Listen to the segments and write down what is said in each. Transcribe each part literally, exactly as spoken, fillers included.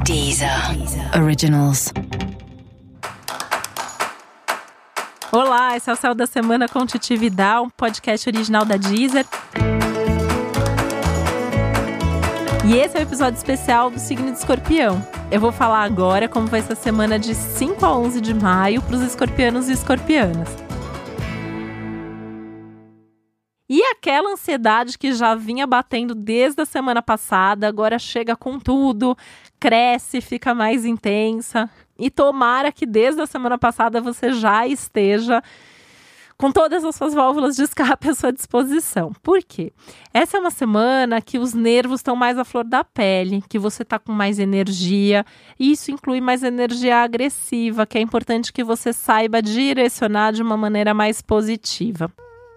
Deezer Originals. Olá, esse é o Céu da Semana com Titi Vidal, um podcast original da Deezer. E esse é o episódio especial do signo de Escorpião. Eu vou falar agora como vai ser a semana de cinco a onze de maio para os escorpianos e escorpianas. E aquela ansiedade que já vinha batendo desde a semana passada, agora chega com tudo, cresce, fica mais intensa. E tomara que desde a semana passada você já esteja com todas as suas válvulas de escape à sua disposição. Por quê? Essa é uma semana que os nervos estão mais à flor da pele, que você está com mais energia, e isso inclui mais energia agressiva, que é importante que você saiba direcionar de uma maneira mais positiva.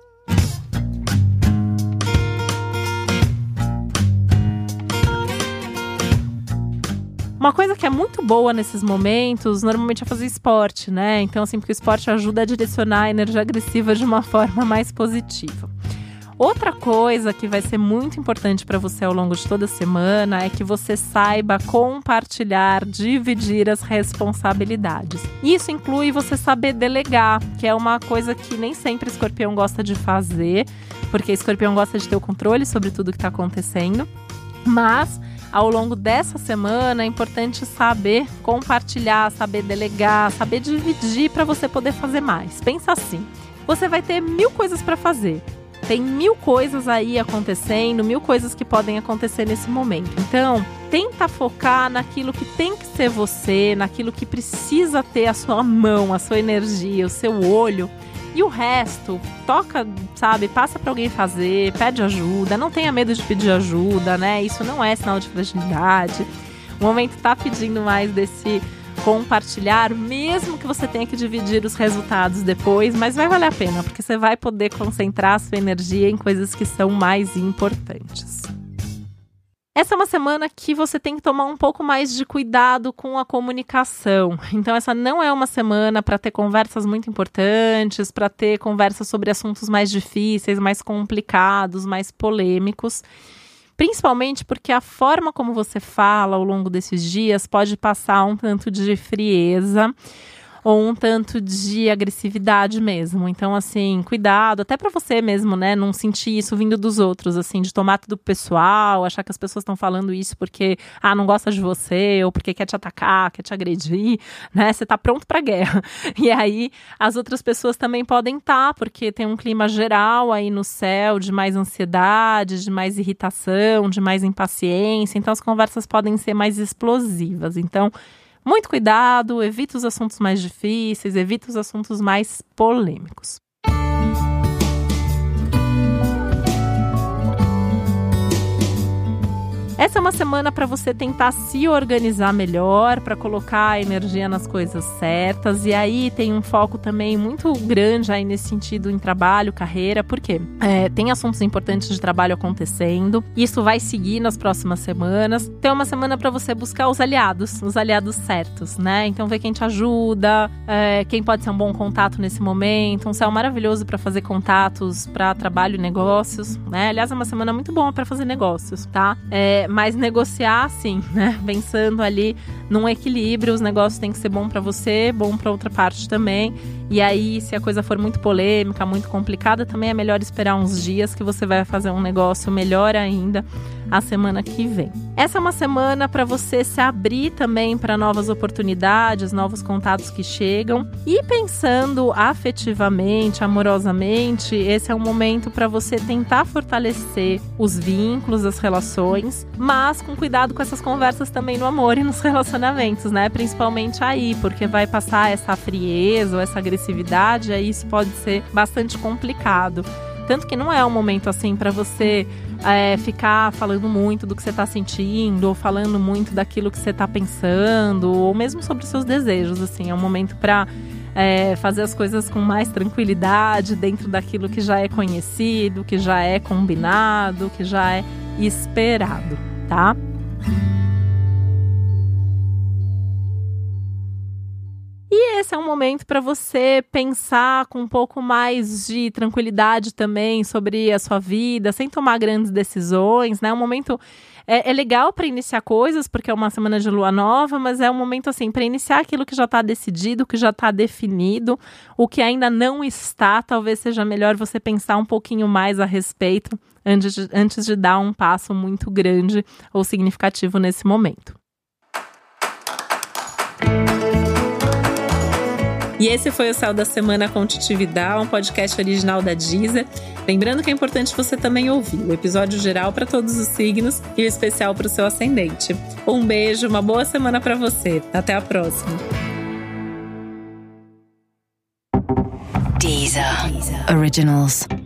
Uma coisa que é muito boa nesses momentos, normalmente é fazer esporte, né? Então, assim, porque o esporte ajuda a direcionar a energia agressiva de uma forma mais positiva. Outra coisa que vai ser muito importante para você ao longo de toda a semana é que você saiba compartilhar, dividir as responsabilidades. Isso inclui você saber delegar, que é uma coisa que nem sempre o escorpião gosta de fazer, porque o escorpião gosta de ter o controle sobre tudo que está acontecendo, mas ao longo dessa semana é importante saber compartilhar, saber delegar, saber dividir para você poder fazer mais. Pensa assim, você vai ter mil coisas para fazer. Tem mil coisas aí acontecendo, mil coisas que podem acontecer nesse momento. Então, tenta focar naquilo que tem que ser você, naquilo que precisa ter a sua mão, a sua energia, o seu olho. E o resto, toca, sabe, passa para alguém fazer, pede ajuda, não tenha medo de pedir ajuda, né? Isso não é sinal de fragilidade. O momento tá pedindo mais desse compartilhar, mesmo que você tenha que dividir os resultados depois, mas vai valer a pena, porque você vai poder concentrar a sua energia em coisas que são mais importantes. Essa é uma semana que você tem que tomar um pouco mais de cuidado com a comunicação. Então, essa não é uma semana para ter conversas muito importantes, para ter conversas sobre assuntos mais difíceis, mais complicados, mais polêmicos. Principalmente porque a forma como você fala ao longo desses dias pode passar um tanto de frieza ou um tanto de agressividade mesmo. Então, assim, cuidado, até pra você mesmo, né, não sentir isso vindo dos outros, assim, de tomar tudo pessoal, achar que as pessoas estão falando isso porque, ah, não gosta de você, ou porque quer te atacar, quer te agredir, né, você tá pronto pra guerra. E aí, as outras pessoas também podem estar, porque tem um clima geral aí no céu de mais ansiedade, de mais irritação, de mais impaciência, então as conversas podem ser mais explosivas. Então, muito cuidado, evita os assuntos mais difíceis, evita os assuntos mais polêmicos. Essa é uma semana para você tentar se organizar melhor, para colocar a energia nas coisas certas. E aí tem um foco também muito grande aí nesse sentido em trabalho, carreira. Por quê? É, tem assuntos importantes de trabalho acontecendo. Isso vai seguir nas próximas semanas. Tem uma semana para você buscar os aliados, os aliados certos, né? Então ver quem te ajuda, é, quem pode ser um bom contato nesse momento. Um céu maravilhoso para fazer contatos para trabalho e negócios, né? Aliás, é uma semana muito boa para fazer negócios, tá? É, Mas negociar, sim, né? Pensando ali num equilíbrio, os negócios têm que ser bom para você, bom para outra parte também. E aí, se a coisa for muito polêmica, muito complicada, também é melhor esperar uns dias que você vai fazer um negócio melhor ainda a semana que vem. Essa é uma semana para você se abrir também para novas oportunidades, novos contatos que chegam. E pensando afetivamente, amorosamente, esse é um momento para você tentar fortalecer os vínculos, as relações, mas com cuidado com essas conversas também no amor e nos relacionamentos, né? Principalmente aí, porque vai passar essa frieza ou essa agressividade, aí isso pode ser bastante complicado. Tanto que não é um momento assim para você é, ficar falando muito do que você está sentindo, ou falando muito daquilo que você está pensando, ou mesmo sobre os seus desejos, assim. É um momento para é, fazer as coisas com mais tranquilidade, dentro daquilo que já é conhecido, que já é combinado, que já é esperado, tá? E esse é um momento para você pensar com um pouco mais de tranquilidade também sobre a sua vida, sem tomar grandes decisões, né? É um momento é, é legal para iniciar coisas, porque é uma semana de lua nova, mas é um momento assim para iniciar aquilo que já está decidido, que já está definido. O que ainda não está, talvez seja melhor você pensar um pouquinho mais a respeito antes de, antes de dar um passo muito grande ou significativo nesse momento. E esse foi o Céu da Semana com Titi Vidal, um podcast original da Deezer. Lembrando que é importante você também ouvir o episódio geral para todos os signos e o especial para o seu ascendente. Um beijo, uma boa semana para você. Até a próxima. Deezer. Deezer. Originals.